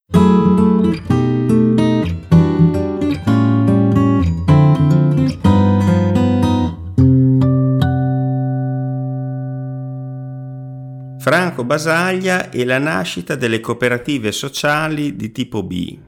Franco Basaglia e la nascita delle cooperative sociali di tipo B.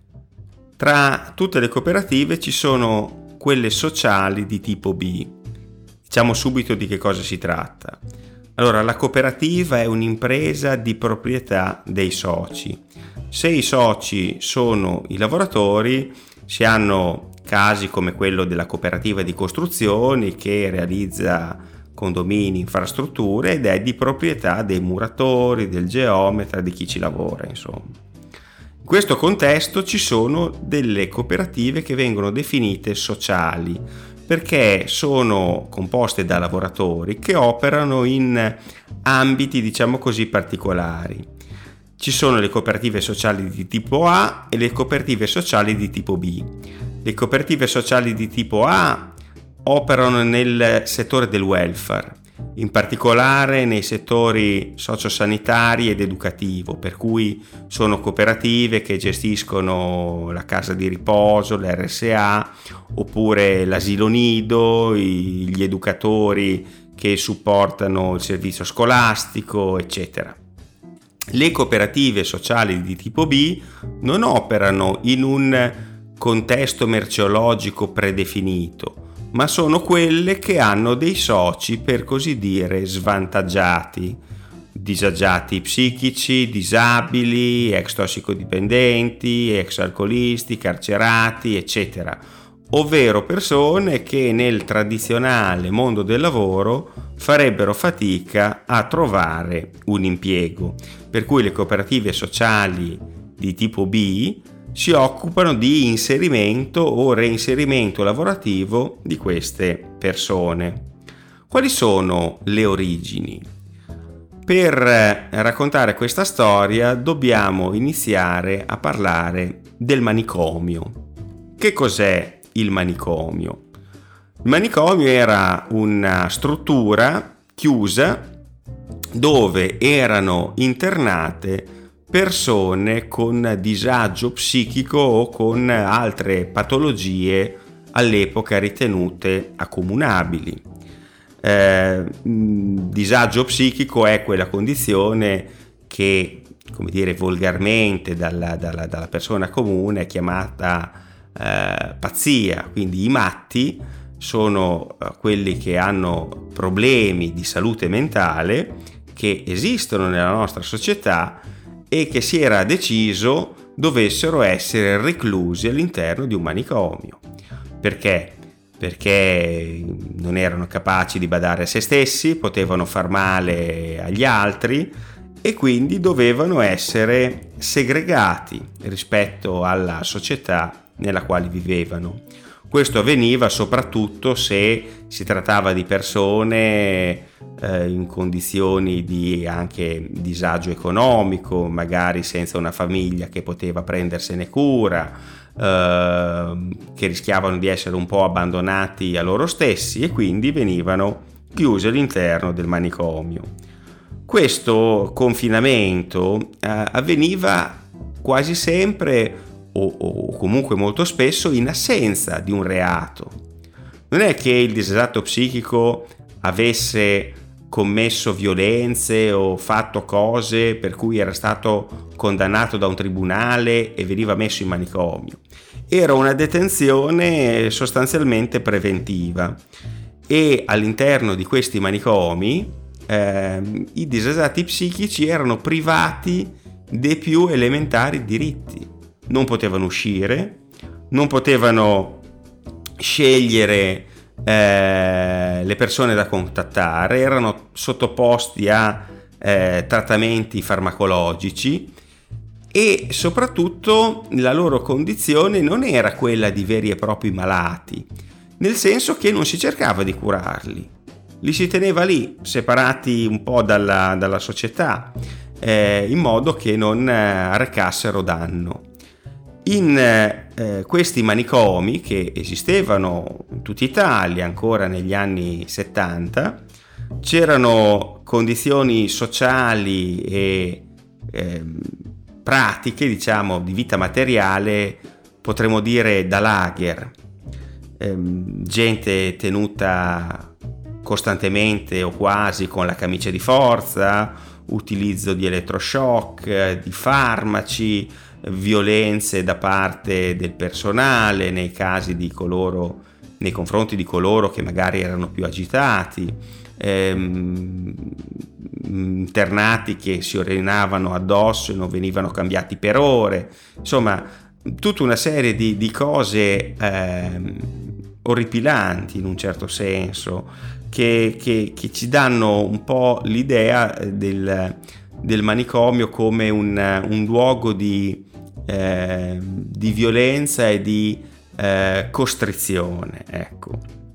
Tra tutte le cooperative ci sono quelle sociali di tipo B. Diciamo subito di che cosa si tratta. Allora, la cooperativa è un'impresa di proprietà dei soci. Se i soci sono i lavoratori, si hanno casi come quello della cooperativa di costruzioni che realizza condomini, infrastrutture ed è di proprietà dei muratori, del geometra, di chi ci lavora, insomma. In questo contesto ci sono delle cooperative che vengono definite sociali perché sono composte da lavoratori che operano in ambiti, diciamo così, particolari. Ci sono le cooperative sociali di tipo A e le cooperative sociali di tipo B. Le cooperative sociali di tipo A operano nel settore del welfare, in particolare nei settori sociosanitari ed educativo, per cui sono cooperative che gestiscono la casa di riposo, l'RSA, oppure l'asilo nido, gli educatori che supportano il servizio scolastico, eccetera. Le cooperative sociali di tipo B non operano in un contesto merceologico predefinito, ma sono quelle che hanno dei soci, per così dire, svantaggiati, disagiati psichici, disabili, ex tossicodipendenti, ex alcolisti, carcerati, eccetera, ovvero persone che nel tradizionale mondo del lavoro farebbero fatica a trovare un impiego, per cui le cooperative sociali di tipo B si occupano di inserimento o reinserimento lavorativo di queste persone. Quali sono le origini? Per raccontare questa storia dobbiamo iniziare a parlare del manicomio. Che cos'è il manicomio? Il manicomio era una struttura chiusa dove erano internate persone con disagio psichico o con altre patologie all'epoca ritenute accomunabili. Disagio psichico è quella condizione che, come dire, volgarmente dalla persona comune è chiamata pazzia, quindi i matti sono quelli che hanno problemi di salute mentale che esistono nella nostra società e che si era deciso dovessero essere reclusi all'interno di un manicomio. Perché? Perché non erano capaci di badare a se stessi, potevano far male agli altri e quindi dovevano essere segregati rispetto alla società nella quale vivevano. Questo avveniva soprattutto se si trattava di persone in condizioni di anche disagio economico, magari senza una famiglia che poteva prendersene cura, che rischiavano di essere un po' abbandonati a loro stessi e quindi venivano chiusi all'interno del manicomio. Questo confinamento avveniva quasi sempre o comunque molto spesso in assenza di un reato. Non è che il disagio psichico avesse commesso violenze o fatto cose per cui era stato condannato da un tribunale e veniva messo in manicomio. Era una detenzione sostanzialmente preventiva e all'interno di questi manicomi i disagiati psichici erano privati dei più elementari diritti. Non potevano uscire, non potevano scegliere le persone da contattare, erano sottoposti a trattamenti farmacologici e soprattutto la loro condizione non era quella di veri e propri malati, nel senso che non si cercava di curarli, li si teneva lì separati un po' dalla società in modo che non arrecassero danno. In questi manicomi che esistevano in tutta Italia ancora negli anni 70 c'erano condizioni sociali e pratiche, diciamo, di vita materiale, potremmo dire da lager, gente tenuta costantemente o quasi con la camicia di forza, utilizzo di elettroshock, di farmaci, violenze da parte del personale nei confronti di coloro che magari erano più agitati, internati che si urinavano addosso e non venivano cambiati per ore, insomma tutta una serie di cose orripilanti in un certo senso, che ci danno un po' l'idea del manicomio come un luogo di violenza e di costrizione, ecco.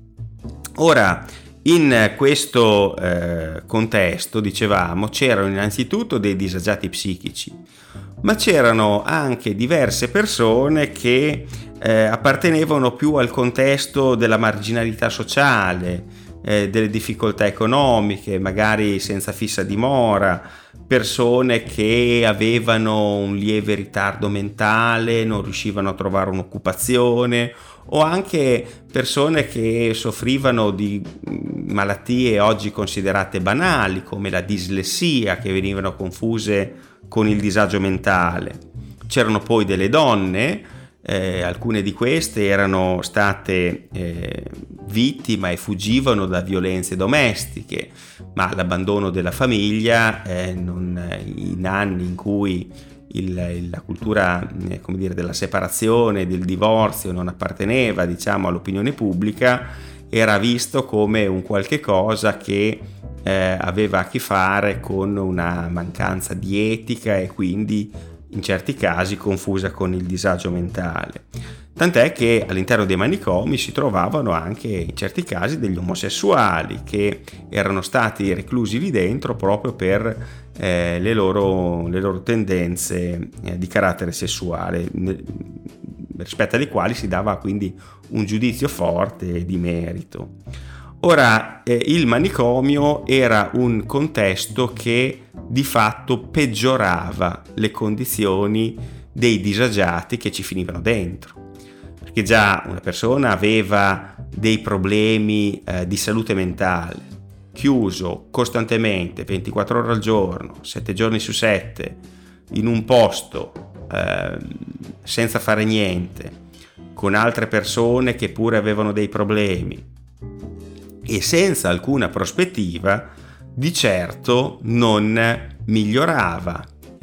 Ora, in questo contesto, dicevamo, c'erano innanzitutto dei disagiati psichici, ma c'erano anche diverse persone che appartenevano più al contesto della marginalità sociale, delle difficoltà economiche, magari senza fissa dimora, persone che avevano un lieve ritardo mentale, non riuscivano a trovare un'occupazione, o anche persone che soffrivano di malattie oggi considerate banali come la dislessia, che venivano confuse con il disagio mentale. C'erano poi delle donne, alcune di queste erano state vittima e fuggivano da violenze domestiche, ma l'abbandono della famiglia in anni in cui la cultura come dire, della separazione, del divorzio non apparteneva, diciamo, all'opinione pubblica, era visto come un qualche cosa che aveva a che fare con una mancanza di etica e quindi in certi casi confusa con il disagio mentale. Tant'è che all'interno dei manicomi si trovavano anche in certi casi degli omosessuali che erano stati reclusi lì dentro proprio per le loro tendenze di carattere sessuale, rispetto alle quali si dava quindi un giudizio forte di merito. Ora, il manicomio era un contesto che di fatto peggiorava le condizioni dei disagiati che ci finivano dentro, perché già una persona aveva dei problemi di salute mentale, chiuso costantemente 24 ore al giorno, 7 giorni su 7, in un posto senza fare niente, con altre persone che pure avevano dei problemi e senza alcuna prospettiva, di certo non migliorava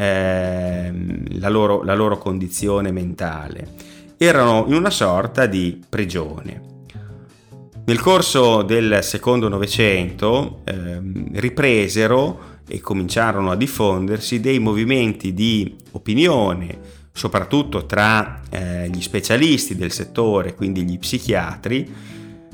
la loro condizione mentale. Erano in una sorta di prigione. Nel corso del secondo Novecento ripresero e cominciarono a diffondersi dei movimenti di opinione, soprattutto tra gli specialisti del settore, quindi gli psichiatri,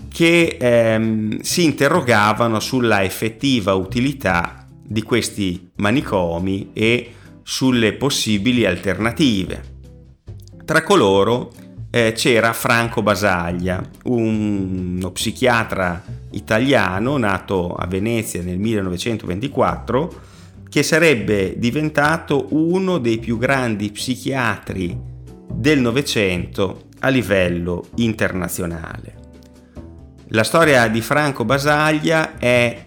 che si interrogavano sulla effettiva utilità di questi manicomi e sulle possibili alternative. Tra coloro c'era Franco Basaglia, uno psichiatra italiano nato a Venezia nel 1924, che sarebbe diventato uno dei più grandi psichiatri del Novecento a livello internazionale. La storia di Franco Basaglia è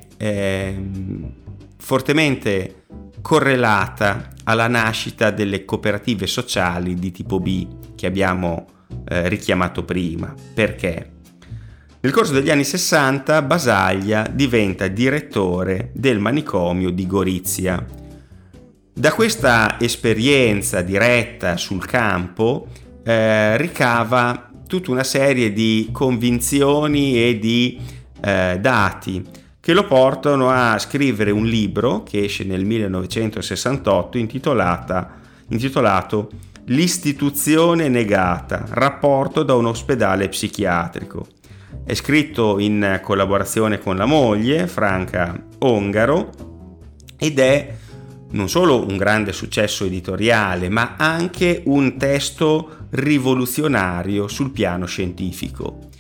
fortemente correlata alla nascita delle cooperative sociali di tipo B che abbiamo richiamato prima. Perché? Nel corso degli anni 60 Basaglia diventa direttore del manicomio di Gorizia. Da questa esperienza diretta sul campo ricava tutta una serie di convinzioni e di dati che lo portano a scrivere un libro che esce nel 1968 intitolato L'istituzione negata, rapporto da un ospedale psichiatrico. È scritto in collaborazione con la moglie, Franca Ongaro, ed è non solo un grande successo editoriale, ma anche un testo rivoluzionario sul piano scientifico.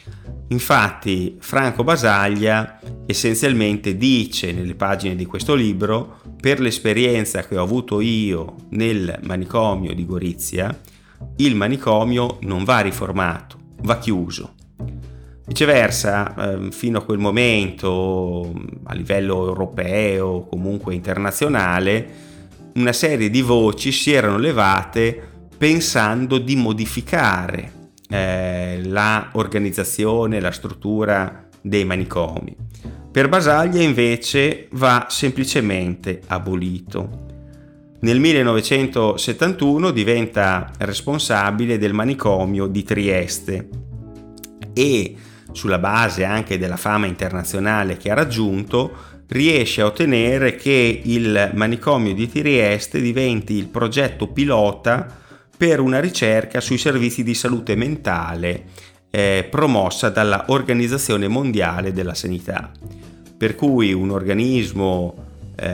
Infatti Franco Basaglia essenzialmente dice nelle pagine di questo libro: per l'esperienza che ho avuto io nel manicomio di Gorizia, il manicomio non va riformato, va chiuso. Viceversa, fino a quel momento, a livello europeo, comunque internazionale, una serie di voci si erano levate pensando di modificare la organizzazione, la struttura dei manicomi. Per Basaglia invece va semplicemente abolito. Nel 1971 diventa responsabile del manicomio di Trieste e, sulla base anche della fama internazionale che ha raggiunto, riesce a ottenere che il manicomio di Trieste diventi il progetto pilota per una ricerca sui servizi di salute mentale promossa dalla Organizzazione Mondiale della Sanità, per cui un organismo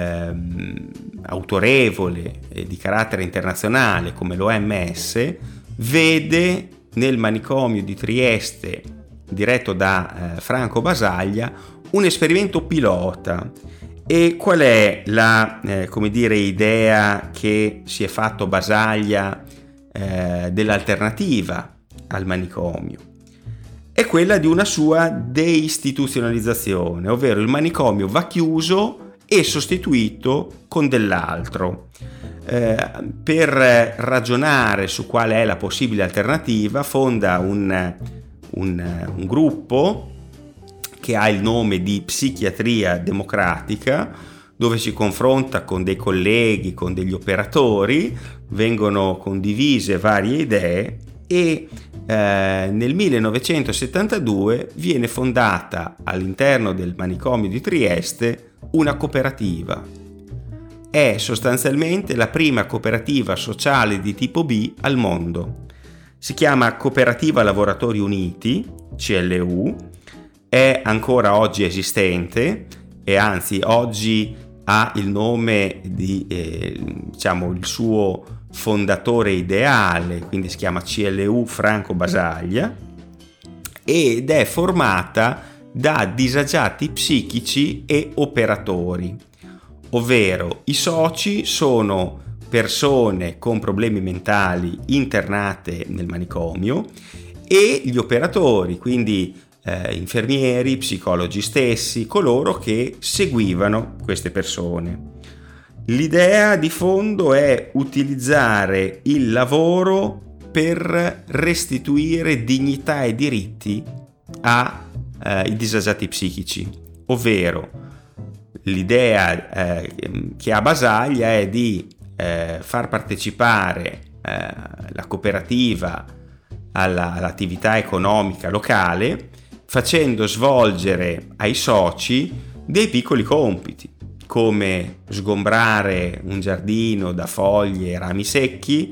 autorevole e di carattere internazionale come l'OMS vede nel manicomio di Trieste, diretto da Franco Basaglia, un esperimento pilota. E qual è la idea che si è fatto Basaglia dell'alternativa al manicomio? È quella di una sua deistituzionalizzazione, ovvero il manicomio va chiuso e sostituito con dell'altro. Per ragionare su qual è la possibile alternativa, fonda un gruppo che ha il nome di Psichiatria Democratica, dove si confronta con dei colleghi, con degli operatori, vengono condivise varie idee e nel 1972 viene fondata all'interno del manicomio di Trieste una cooperativa. È sostanzialmente la prima cooperativa sociale di tipo B al mondo. Si chiama Cooperativa Lavoratori Uniti, CLU, è ancora oggi esistente e anzi oggi ha il nome di il suo fondatore ideale, quindi si chiama CLU Franco Basaglia, ed è formata da disagiati psichici e operatori, ovvero i soci sono persone con problemi mentali internate nel manicomio e gli operatori, quindi infermieri, psicologi stessi, coloro che seguivano queste persone. L'idea di fondo è utilizzare il lavoro per restituire dignità e diritti ai disagiati psichici, ovvero l'idea che ha Basaglia è di far partecipare la cooperativa all'attività economica locale, facendo svolgere ai soci dei piccoli compiti, come sgombrare un giardino da foglie e rami secchi,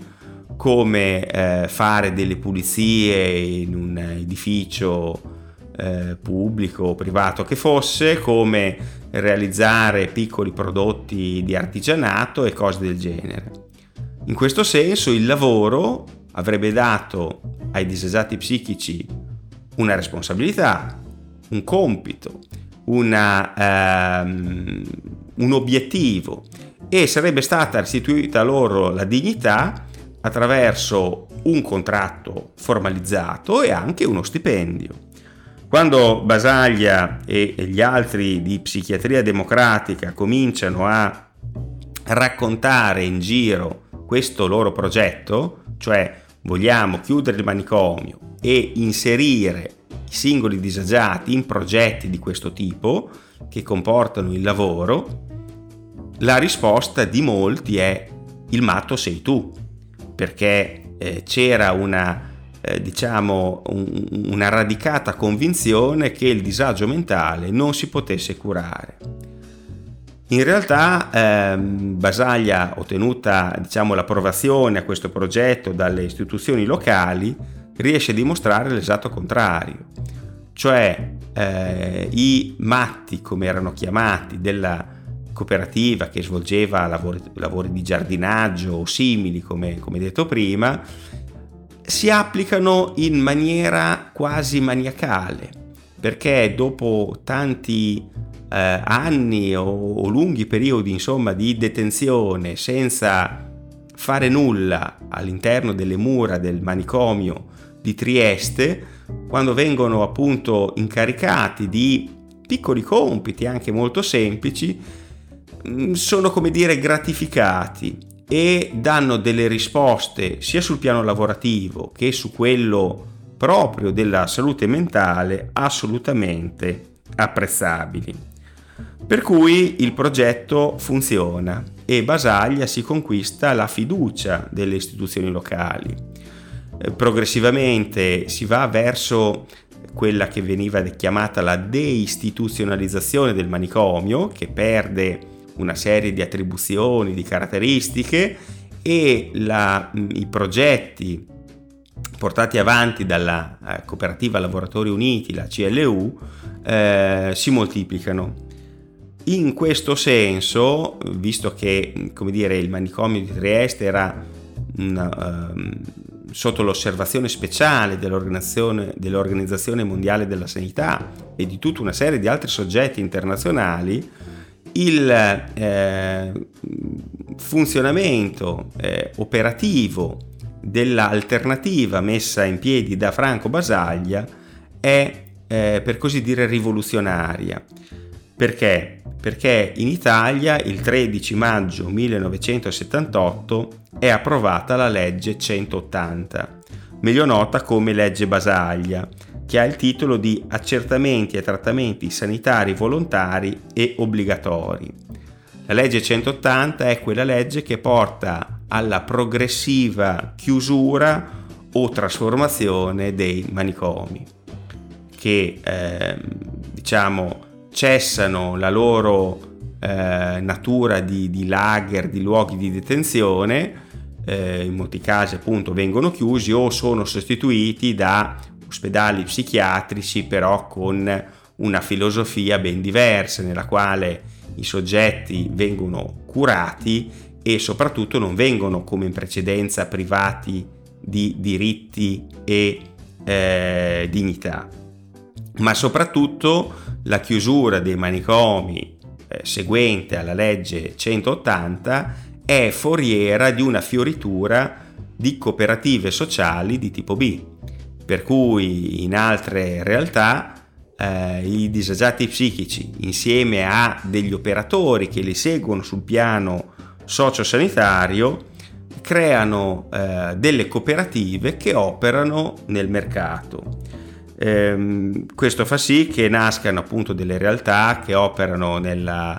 come fare delle pulizie in un edificio pubblico o privato che fosse, come realizzare piccoli prodotti di artigianato e cose del genere. In questo senso il lavoro avrebbe dato ai disagiati psichici una responsabilità, un compito, un obiettivo, e sarebbe stata restituita loro la dignità attraverso un contratto formalizzato e anche uno stipendio. Quando Basaglia e gli altri di Psichiatria Democratica cominciano a raccontare in giro questo loro progetto, cioè vogliamo chiudere il manicomio e inserire i singoli disagiati in progetti di questo tipo che comportano il lavoro, la risposta di molti è: il matto sei tu, perché c'era una radicata convinzione che il disagio mentale non si potesse curare. In realtà Basaglia, ottenuta l'approvazione a questo progetto dalle istituzioni locali, riesce a dimostrare l'esatto contrario, cioè i matti, come erano chiamati, della cooperativa che svolgeva lavori di giardinaggio o simili, come detto prima, si applicano in maniera quasi maniacale. perché dopo tanti anni o lunghi periodi, insomma, di detenzione senza fare nulla all'interno delle mura del manicomio di Trieste, quando vengono appunto incaricati di piccoli compiti anche molto semplici, sono, come dire, gratificati e danno delle risposte sia sul piano lavorativo che su quello proprio della salute mentale assolutamente apprezzabili. Per cui il progetto funziona e Basaglia si conquista la fiducia delle istituzioni locali. Progressivamente si va verso quella che veniva chiamata la deistituzionalizzazione del manicomio, che perde una serie di attribuzioni, di caratteristiche, e i progetti portati avanti dalla Cooperativa Lavoratori Uniti, la CLU, si moltiplicano. In questo senso, visto che, come dire, il manicomio di Trieste era sotto l'osservazione speciale dell'Organizzazione Mondiale della Sanità e di tutta una serie di altri soggetti internazionali, il funzionamento operativo dell'alternativa messa in piedi da Franco Basaglia è, per così dire, rivoluzionaria. Perché? Perché in Italia il 13 maggio 1978 è approvata la legge 180, meglio nota come legge Basaglia, che ha il titolo di Accertamenti e trattamenti sanitari volontari e obbligatori. La legge 180 è quella legge che porta alla progressiva chiusura o trasformazione dei manicomi, che cessano la loro natura di lager, di luoghi di detenzione, in molti casi appunto vengono chiusi o sono sostituiti da ospedali psichiatrici, però con una filosofia ben diversa, nella quale i soggetti vengono curati e soprattutto non vengono, come in precedenza, privati di diritti e dignità. Ma soprattutto la chiusura dei manicomi seguente alla legge 180 è foriera di una fioritura di cooperative sociali di tipo B, per cui in altre realtà i disagiati psichici, insieme a degli operatori che li seguono sul piano sociosanitario, creano delle cooperative che operano nel mercato. Questo fa sì che nascano appunto delle realtà che operano nella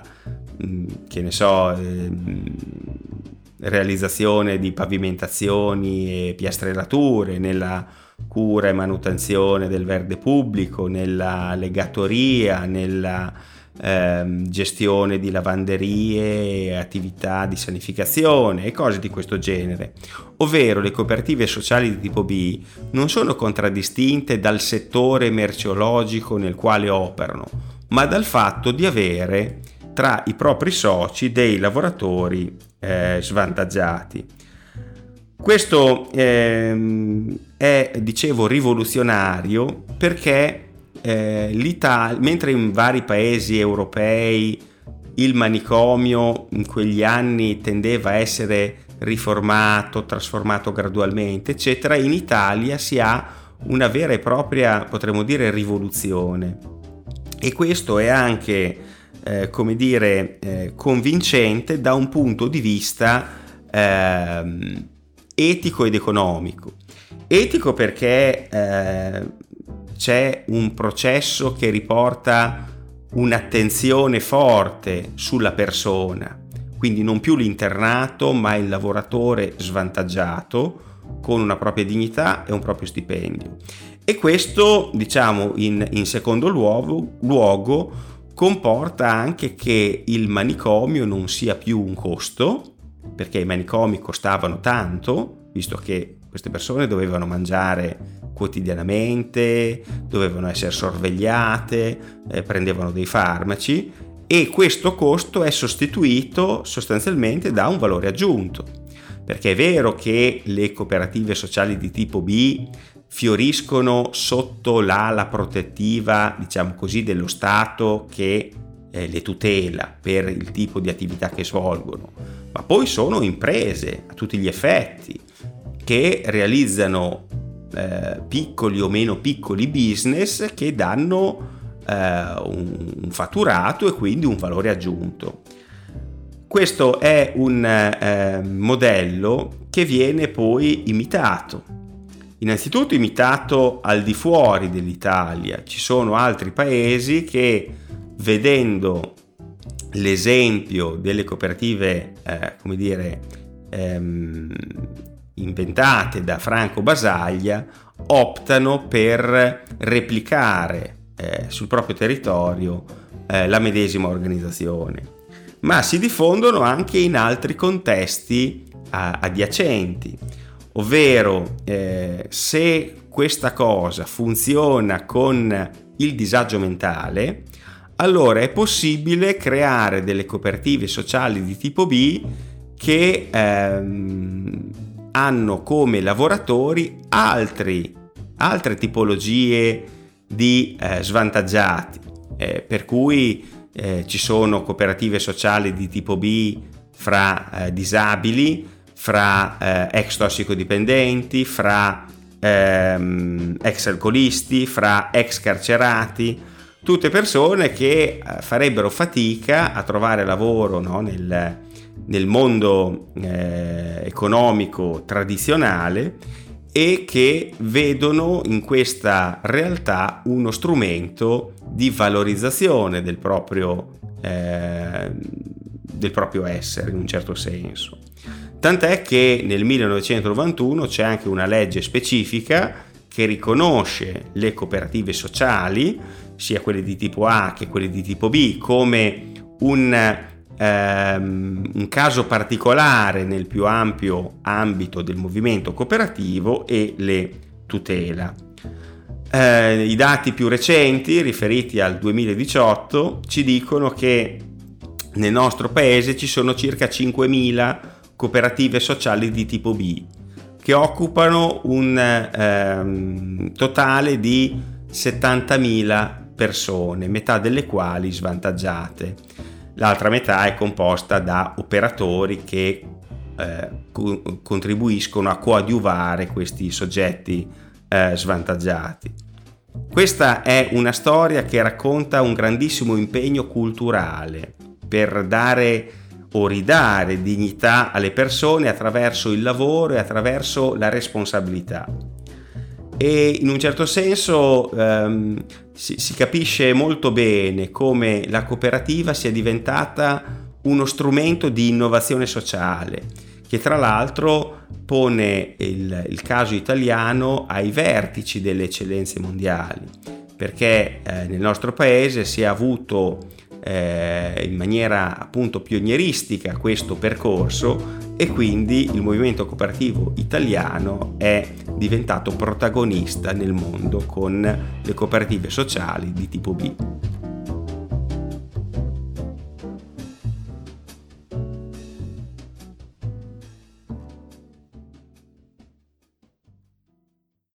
realizzazione di pavimentazioni e piastrerature, nella cura e manutenzione del verde pubblico, nella legatoria, nella gestione di lavanderie e attività di sanificazione e cose di questo genere. Ovvero le cooperative sociali di tipo B non sono contraddistinte dal settore merceologico nel quale operano, ma dal fatto di avere tra i propri soci dei lavoratori svantaggiati. Questo è, dicevo, rivoluzionario perché l'Italia, mentre in vari paesi europei il manicomio in quegli anni tendeva a essere riformato, trasformato gradualmente, eccetera, in Italia si ha una vera e propria, potremmo dire, rivoluzione. E questo è anche, convincente da un punto di vista etico ed economico. Etico perché c'è un processo che riporta un'attenzione forte sulla persona, quindi non più l'internato ma il lavoratore svantaggiato con una propria dignità e un proprio stipendio. E questo, diciamo, in secondo luogo comporta anche che il manicomio non sia più un costo, perché i manicomi costavano tanto, visto che queste persone dovevano mangiare quotidianamente, dovevano essere sorvegliate, prendevano dei farmaci, e questo costo è sostituito sostanzialmente da un valore aggiunto, perché è vero che le cooperative sociali di tipo B fioriscono sotto l'ala protettiva, diciamo così, dello Stato che le tutela per il tipo di attività che svolgono, ma poi sono imprese a tutti gli effetti che realizzano piccoli o meno piccoli business che danno un fatturato e quindi un valore aggiunto. Questo è un modello che viene poi imitato. Innanzitutto imitato al di fuori dell'Italia. Ci sono altri paesi che, vedendo l'esempio delle cooperative inventate da Franco Basaglia, optano per replicare sul proprio territorio la medesima organizzazione, ma si diffondono anche in altri contesti adiacenti, ovvero se questa cosa funziona con il disagio mentale, allora è possibile creare delle cooperative sociali di tipo B che hanno come lavoratori altre tipologie di svantaggiati, per cui ci sono cooperative sociali di tipo B fra disabili, fra ex tossicodipendenti, fra ex alcolisti, fra ex carcerati, tutte persone che farebbero fatica a trovare lavoro, no, nel mondo economico tradizionale, e che vedono in questa realtà uno strumento di valorizzazione del proprio essere, in un certo senso. Tant'è che nel 1991 c'è anche una legge specifica che riconosce le cooperative sociali, sia quelle di tipo A che quelle di tipo B, come un caso particolare nel più ampio ambito del movimento cooperativo e le tutela. I dati più recenti, riferiti al 2018, ci dicono che nel nostro paese ci sono circa 5.000 cooperative sociali di tipo B, che occupano un totale di 70.000 persone, metà delle quali svantaggiate. L'altra metà è composta da operatori che contribuiscono a coadiuvare questi soggetti svantaggiati. Questa è una storia che racconta un grandissimo impegno culturale per dare o ridare dignità alle persone attraverso il lavoro e attraverso la responsabilità. E in un certo senso si capisce molto bene come la cooperativa sia diventata uno strumento di innovazione sociale, che tra l'altro pone il caso italiano ai vertici delle eccellenze mondiali, perché nel nostro paese si è avuto in maniera appunto pionieristica questo percorso, e quindi il movimento cooperativo italiano è diventato protagonista nel mondo con le cooperative sociali di tipo B.